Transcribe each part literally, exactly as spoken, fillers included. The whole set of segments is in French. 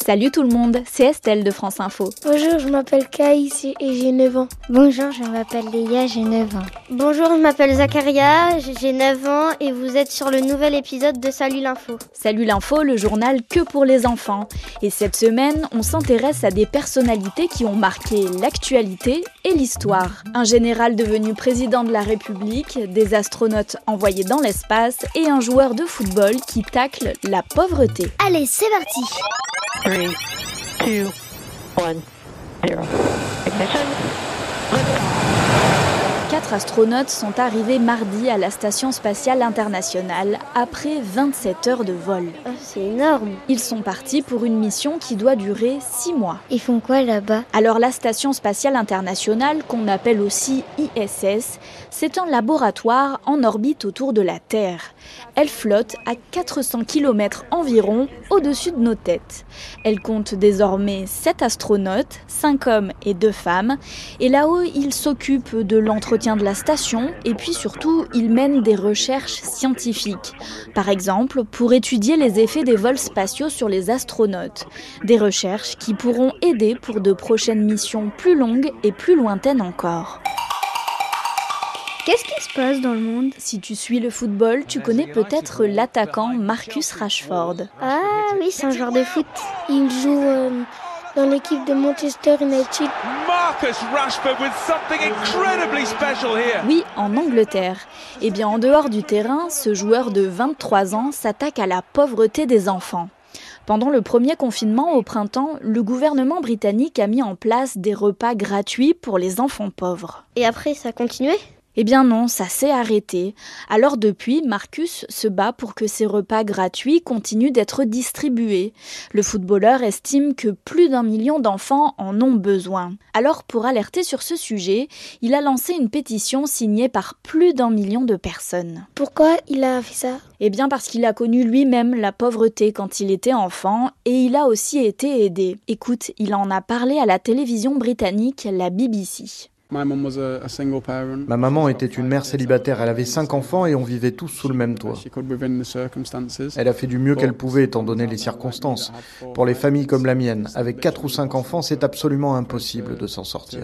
Salut tout le monde, c'est Estelle de France Info. Bonjour, je m'appelle Caïs et j'ai neuf ans. Bonjour, je m'appelle Léa, j'ai neuf ans. Bonjour, je m'appelle Zacharia, j'ai neuf ans et vous êtes sur le nouvel épisode de Salut l'info. Salut l'info, le journal que pour les enfants. Et cette semaine, on s'intéresse à des personnalités qui ont marqué l'actualité et l'histoire. Un général devenu président de la République, des astronautes envoyés dans l'espace et un joueur de football qui tacle la pauvreté. Allez, c'est parti. trois, deux, un, zéro. Ignition. Quatre astronautes sont arrivés mardi à la Station spatiale internationale après vingt-sept heures de vol. Oh, c'est énorme. Ils sont partis pour une mission qui doit durer six mois. Ils font quoi là-bas ? Alors la Station spatiale internationale, qu'on appelle aussi I S S, c'est un laboratoire en orbite autour de la Terre. Elle flotte à quatre cents kilomètres environ au-dessus de nos têtes. Elle compte désormais sept astronautes, cinq hommes et deux femmes. Et là-haut, ils s'occupent de l'entretien de la station et puis surtout, ils mènent des recherches scientifiques. Par exemple, pour étudier les effets des vols spatiaux sur les astronautes. Des recherches qui pourront aider pour de prochaines missions plus longues et plus lointaines encore. Qu'est-ce qui se passe dans le monde ? Si tu suis le football, tu connais peut-être l'attaquant Marcus Rashford. Ah oui, c'est un joueur de foot. Il joue euh, dans l'équipe de Manchester United. Marcus Rashford with something incredibly special here. Oui, en Angleterre. Eh bien, en dehors du terrain, ce joueur de vingt-trois ans s'attaque à la pauvreté des enfants. Pendant le premier confinement au printemps, le gouvernement britannique a mis en place des repas gratuits pour les enfants pauvres. Et après, ça a continué ? Eh bien non, ça s'est arrêté. Alors depuis, Marcus se bat pour que ces repas gratuits continuent d'être distribués. Le footballeur estime que plus d'un million d'enfants en ont besoin. Alors pour alerter sur ce sujet, il a lancé une pétition signée par plus d'un million de personnes. Pourquoi il a fait ça ? Eh bien parce qu'il a connu lui-même la pauvreté quand il était enfant et il a aussi été aidé. Écoute, il en a parlé à la télévision britannique, la B B C. Ma maman était une mère célibataire, elle avait cinq enfants et on vivait tous sous le même toit. Elle a fait du mieux qu'elle pouvait étant donné les circonstances. Pour les familles comme la mienne, avec quatre ou cinq enfants, c'est absolument impossible de s'en sortir.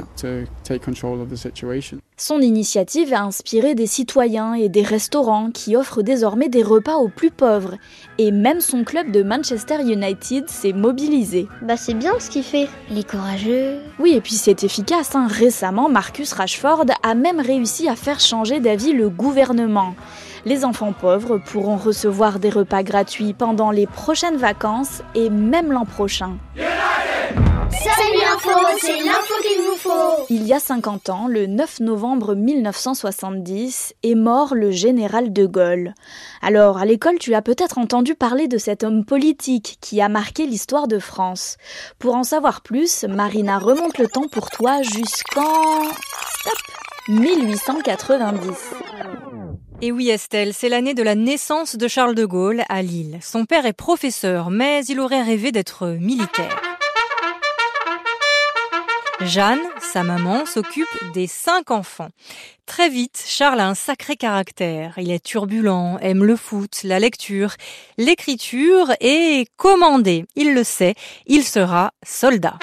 Son initiative a inspiré des citoyens et des restaurants qui offrent désormais des repas aux plus pauvres. Et même son club de Manchester United s'est mobilisé. Bah c'est bien ce qu'il fait. Il est courageux. Oui, et puis c'est efficace, hein. Récemment, Marcus Rashford a même réussi à faire changer d'avis le gouvernement. Les enfants pauvres pourront recevoir des repas gratuits pendant les prochaines vacances et même l'an prochain. Salut l'info, c'est l'info qu'il vous faut. Il y a cinquante ans, le neuf novembre mille neuf cent soixante-dix, est mort le général de Gaulle. Alors, à l'école, tu as peut-être entendu parler de cet homme politique qui a marqué l'histoire de France. Pour en savoir plus, Marina remonte le temps pour toi jusqu'en... Stop mille huit cent quatre-vingt-dix. Et oui Estelle, c'est l'année de la naissance de Charles de Gaulle à Lille. Son père est professeur, mais il aurait rêvé d'être militaire. Jeanne, sa maman, s'occupe des cinq enfants. Très vite, Charles a un sacré caractère. Il est turbulent, aime le foot, la lecture, l'écriture et commander. Il le sait, il sera soldat.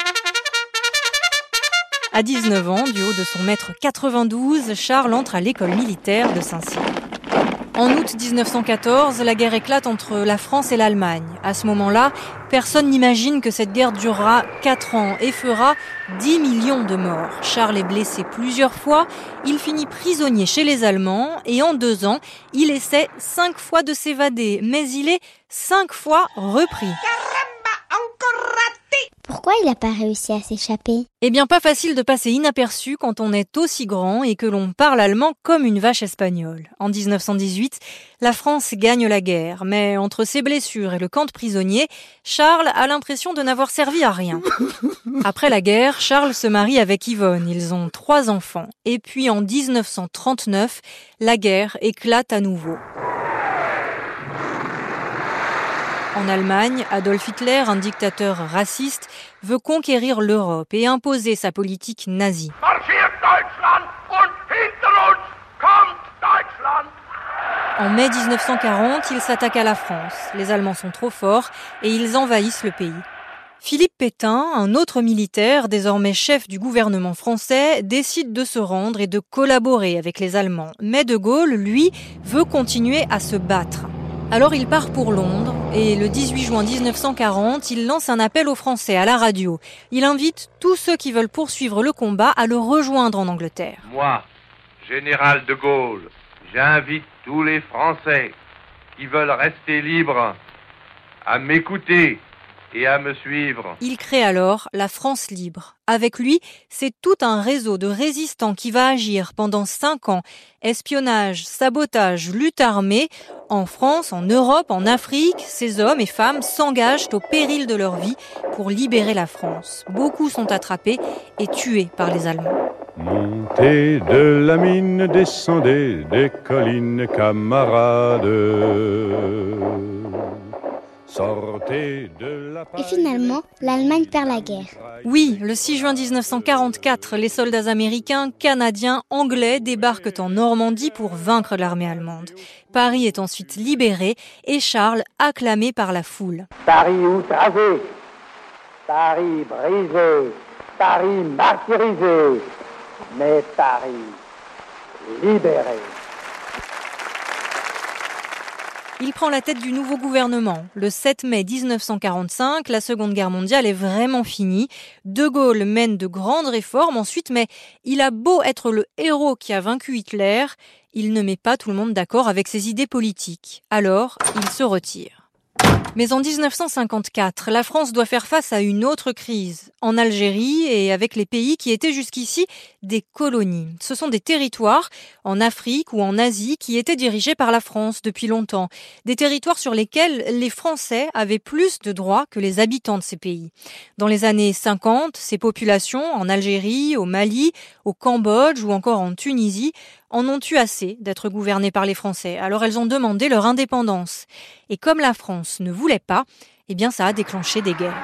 À dix-neuf ans, du haut de son mètre quatre-vingt-douze, Charles entre à l'école militaire de Saint-Cyr. En août dix-neuf cent quatorze, la guerre éclate entre la France et l'Allemagne. À ce moment-là, personne n'imagine que cette guerre durera quatre ans et fera dix millions de morts. Charles est blessé plusieurs fois, il finit prisonnier chez les Allemands et en deux ans, il essaie cinq fois de s'évader, mais il est cinq fois repris. Pourquoi il n'a pas réussi à s'échapper ? Eh bien, pas facile de passer inaperçu quand on est aussi grand et que l'on parle allemand comme une vache espagnole. En dix-neuf cent dix-huit, la France gagne la guerre, mais entre ses blessures et le camp de prisonniers, Charles a l'impression de n'avoir servi à rien. Après la guerre, Charles se marie avec Yvonne, ils ont trois enfants. Et puis en dix-neuf cent trente-neuf, la guerre éclate à nouveau. En Allemagne, Adolf Hitler, un dictateur raciste, veut conquérir l'Europe et imposer sa politique nazie. En mai dix-neuf cent quarante, il s'attaque à la France. Les Allemands sont trop forts et ils envahissent le pays. Philippe Pétain, un autre militaire, désormais chef du gouvernement français, décide de se rendre et de collaborer avec les Allemands. Mais De Gaulle, lui, veut continuer à se battre. Alors il part pour Londres et le dix-huit juin mille neuf cent quarante, il lance un appel aux Français à la radio. Il invite tous ceux qui veulent poursuivre le combat à le rejoindre en Angleterre. Moi, général de Gaulle, j'invite tous les Français qui veulent rester libres à m'écouter et à me suivre. Il crée alors la France libre. Avec lui, c'est tout un réseau de résistants qui va agir pendant cinq ans. Espionnage, sabotage, lutte armée. En France, en Europe, en Afrique, ces hommes et femmes s'engagent au péril de leur vie pour libérer la France. Beaucoup sont attrapés et tués par les Allemands. Montez de la mine, descendez des collines, camarades. Sortez de la Et finalement, l'Allemagne perd la guerre. Oui, le six juin mille neuf cent quarante-quatre, les soldats américains, canadiens, anglais débarquent en Normandie pour vaincre l'armée allemande. Paris est ensuite libéré et Charles acclamé par la foule. Paris outragé, Paris brisé, Paris martyrisé, mais Paris libéré. Il prend la tête du nouveau gouvernement. Le sept mai mille neuf cent quarante-cinq, la Seconde Guerre mondiale est vraiment finie. De Gaulle mène de grandes réformes ensuite, mais il a beau être le héros qui a vaincu Hitler, il ne met pas tout le monde d'accord avec ses idées politiques. Alors, il se retire. Mais en mille neuf cent cinquante-quatre, la France doit faire face à une autre crise, en Algérie et avec les pays qui étaient jusqu'ici des colonies. Ce sont des territoires en Afrique ou en Asie qui étaient dirigés par la France depuis longtemps. Des territoires sur lesquels les Français avaient plus de droits que les habitants de ces pays. Dans les années cinquante, ces populations, en Algérie, au Mali, au Cambodge ou encore en Tunisie, en ont eu assez d'être gouvernées par les Français. Alors elles ont demandé leur indépendance. Et comme la France ne voulait pas, eh bien ça a déclenché des guerres.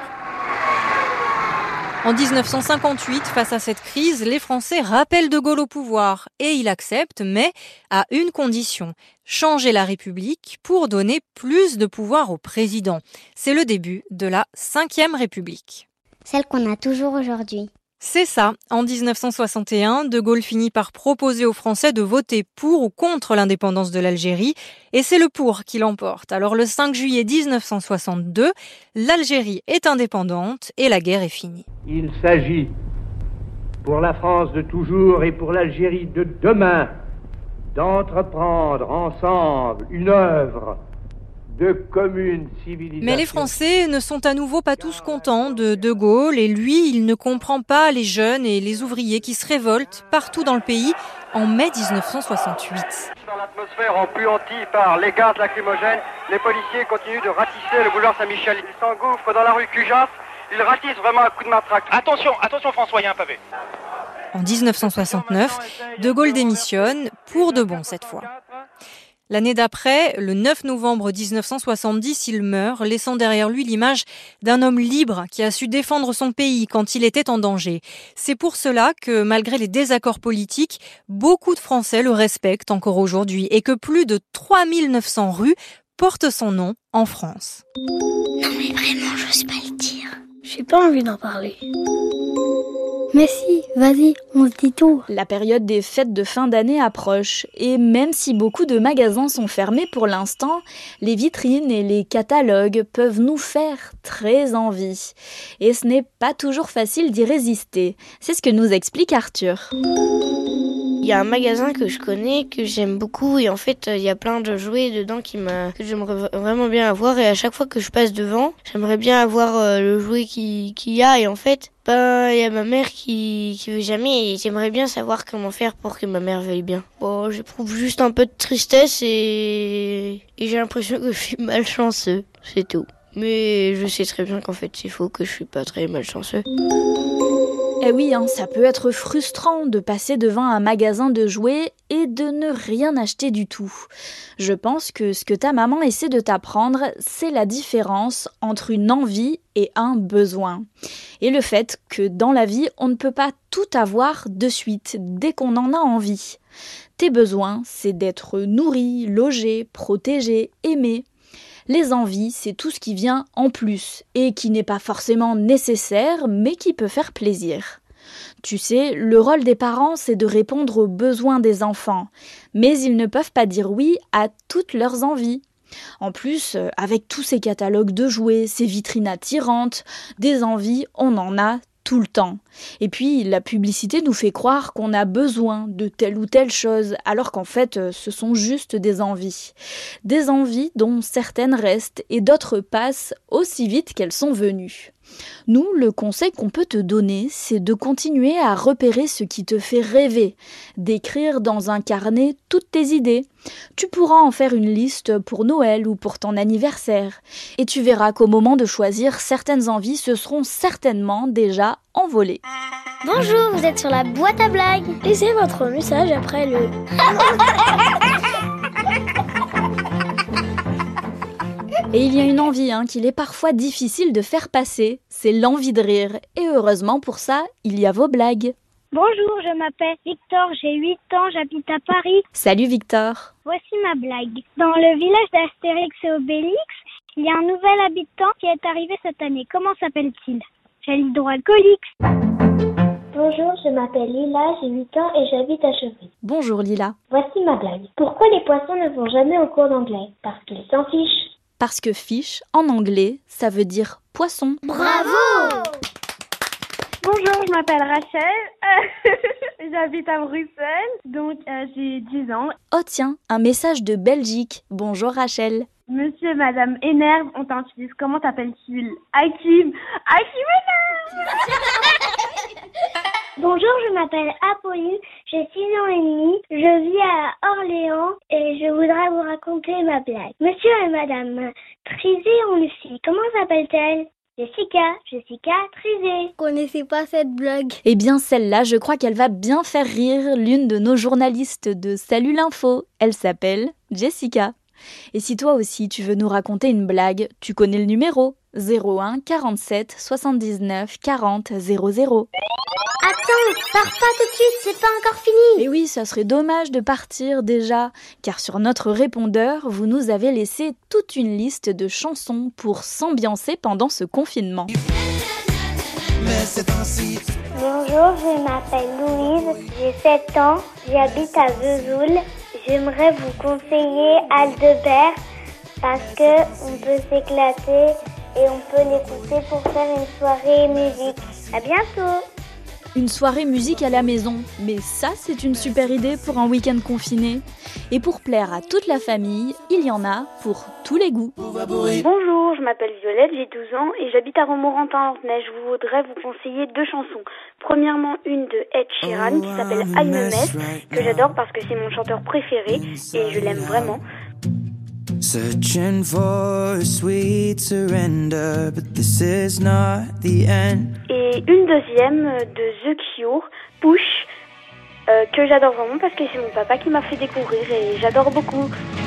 En mille neuf cent cinquante-huit, face à cette crise, les Français rappellent De Gaulle au pouvoir. Et il accepte, mais à une condition, changer la République pour donner plus de pouvoir au président. C'est le début de la Cinquième République. Celle qu'on a toujours aujourd'hui. C'est ça. En mille neuf cent soixante et un, De Gaulle finit par proposer aux Français de voter pour ou contre l'indépendance de l'Algérie. Et c'est le pour qui l'emporte. Alors le cinq juillet mille neuf cent soixante-deux, l'Algérie est indépendante et la guerre est finie. Il s'agit pour la France de toujours et pour l'Algérie de demain d'entreprendre ensemble une œuvre de commune civilisation. Mais les Français ne sont à nouveau pas tous contents de De Gaulle et lui, il ne comprend pas les jeunes et les ouvriers qui se révoltent partout dans le pays en mai mille neuf cent soixante-huit. Dans l'atmosphère empuantie par les gaz lacrymogènes, les policiers continuent de ratisser le boulevard Saint-Michel. Ils s'engouffrent dans la rue Cujas, ils ratissent vraiment un coup de matraque. Attention, attention François, il y a un pavé. En mille neuf cent soixante-neuf, De Gaulle démissionne, pour de bon cette fois. L'année d'après, le neuf novembre mille neuf cent soixante-dix, il meurt, laissant derrière lui l'image d'un homme libre qui a su défendre son pays quand il était en danger. C'est pour cela que, malgré les désaccords politiques, beaucoup de Français le respectent encore aujourd'hui et que plus de trois mille neuf cents rues portent son nom en France. Non mais vraiment, j'ose pas le dire. J'ai pas envie d'en parler. Mais si, vas-y, on se dit tout. La période des fêtes de fin d'année approche et même si beaucoup de magasins sont fermés pour l'instant, les vitrines et les catalogues peuvent nous faire très envie. Et ce n'est pas toujours facile d'y résister. C'est ce que nous explique Arthur. Il y a un magasin que je connais, que j'aime beaucoup et en fait il y a plein de jouets dedans qui m'a... que j'aimerais vraiment bien avoir et à chaque fois que je passe devant, j'aimerais bien avoir euh, le jouet qui... qu'il y a et en fait, ben, il y a ma mère qui... qui veut jamais et j'aimerais bien savoir comment faire pour que ma mère veuille bien. Bon, j'éprouve juste un peu de tristesse et, et j'ai l'impression que je suis malchanceux, c'est tout. Mais je sais très bien qu'en fait c'est faux, que je suis pas très malchanceux. Eh oui, hein, ça peut être frustrant de passer devant un magasin de jouets et de ne rien acheter du tout. Je pense que ce que ta maman essaie de t'apprendre, c'est la différence entre une envie et un besoin. Et le fait que dans la vie, on ne peut pas tout avoir de suite, dès qu'on en a envie. Tes besoins, c'est d'être nourri, logé, protégé, aimé. Les envies, c'est tout ce qui vient en plus et qui n'est pas forcément nécessaire, mais qui peut faire plaisir. Tu sais, le rôle des parents, c'est de répondre aux besoins des enfants, mais ils ne peuvent pas dire oui à toutes leurs envies. En plus, avec tous ces catalogues de jouets, ces vitrines attirantes, des envies, on en a tout le temps. Et puis, la publicité nous fait croire qu'on a besoin de telle ou telle chose, alors qu'en fait, ce sont juste des envies. Des envies dont certaines restent et d'autres passent aussi vite qu'elles sont venues. Nous, le conseil qu'on peut te donner, c'est de continuer à repérer ce qui te fait rêver, d'écrire dans un carnet toutes tes idées. Tu pourras en faire une liste pour Noël ou pour ton anniversaire. Et tu verras qu'au moment de choisir, certaines envies se seront certainement déjà envolées. Bonjour, vous êtes sur la boîte à blagues. Laissez votre message après le... Et il y a une envie hein, qu'il est parfois difficile de faire passer, c'est l'envie de rire. Et heureusement pour ça, il y a vos blagues. Bonjour, je m'appelle Victor, j'ai huit ans, j'habite à Paris. Salut Victor. Voici ma blague. Dans le village d'Astérix et Obélix, il y a un nouvel habitant qui est arrivé cette année. Comment s'appelle-t-il? J'ai l'hydroalcoolique. Bonjour, je m'appelle Lila, j'ai huit ans et j'habite à Chevry. Bonjour Lila. Voici ma blague. Pourquoi les poissons ne vont jamais au cours d'anglais? Parce qu'ils s'en fichent. Parce que fiche, en anglais, ça veut dire poisson. Bravo! Bonjour, je m'appelle Rachel, j'habite à Bruxelles, donc euh, j'ai dix ans. Oh tiens, un message de Belgique. Bonjour Rachel. Monsieur et Madame énerve, on t'utilise. Comment t'appelles-tu? Hakim. Hakim énerve. Bonjour, je m'appelle Apolline, j'ai six ans et demi, je vis à Orléans et je voudrais vous raconter ma blague. Monsieur et Madame Trisé ont une fille, comment s'appelle-t-elle? Jessica, Jessica Trisé. Je connaissais pas cette blague. Eh bien celle-là, je crois qu'elle va bien faire rire l'une de nos journalistes de Salut l'Info. Elle s'appelle Jessica. Et si toi aussi tu veux nous raconter une blague, tu connais le numéro zéro un quarante-sept soixante-dix-neuf quarante zéro zéro. Attends, pars pas tout de suite, c'est pas encore fini. Et oui, ça serait dommage de partir déjà, car sur notre répondeur, vous nous avez laissé toute une liste de chansons pour s'ambiancer pendant ce confinement. Bonjour, je m'appelle Louise, j'ai sept ans, j'habite à Vesoul. J'aimerais vous conseiller Aldebert parce que on peut s'éclater et on peut l'écouter pour faire une soirée musique. À bientôt. Une soirée musique à la maison, mais ça c'est une super idée pour un week-end confiné. Et pour plaire à toute la famille, il y en a pour tous les goûts. Bonjour, je m'appelle Violette, j'ai douze ans et j'habite à Romorantin-Lantenay. Je voudrais vous conseiller deux chansons. Premièrement, une de Ed Sheeran qui s'appelle I'm a Mess, que j'adore parce que c'est mon chanteur préféré et je l'aime vraiment. Searching for a sweet surrender, but this is not the end. Et une deuxième de The Cure, Push, euh, que j'adore vraiment parce que c'est mon papa qui m'a fait découvrir et j'adore beaucoup.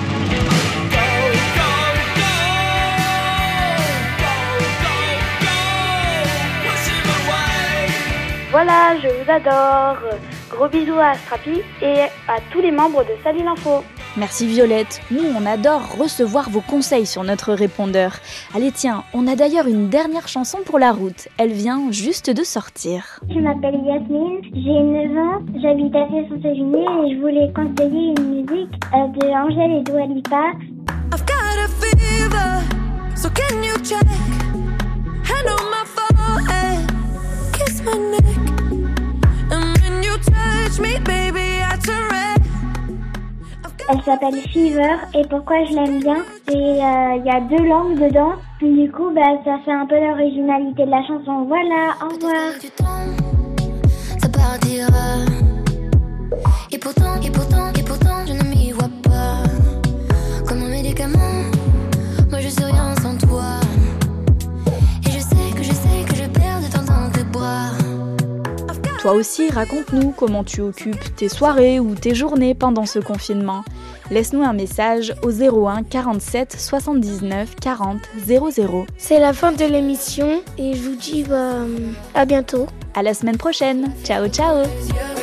Voilà, je vous adore. Gros bisous à Strapi et à tous les membres de Salut l'Info. Merci Violette, nous on adore recevoir vos conseils sur notre répondeur. Allez tiens, on a d'ailleurs une dernière chanson pour la route, elle vient juste de sortir. Je m'appelle Yasmine, j'ai neuf ans, j'habite à Saint-Étienne et je voulais conseiller une musique euh, de Angèle et Dua Lipa. I've got a fever, so can you check? Hand on my forehead, kiss my neck, and when you touch me, baby, I turn red. Elle s'appelle Fever et pourquoi je l'aime bien, c'est il euh, y a deux langues dedans. Du coup, bah, ça fait un peu l'originalité de la chanson. Voilà, au revoir. Ça partira. Et pourtant, et pourtant, et pourtant, je ne m'y vois pas. Comme un médicament, moi je sais rien sans toi. Et je sais que je sais que je perds de temps dans tes bras. Toi aussi, raconte-nous comment tu occupes tes soirées ou tes journées pendant ce confinement. Laisse-nous un message au zéro un quarante-sept soixante-dix-neuf quarante zéro zéro. C'est la fin de l'émission et je vous dis bah, à bientôt. À la semaine prochaine. Ciao, ciao.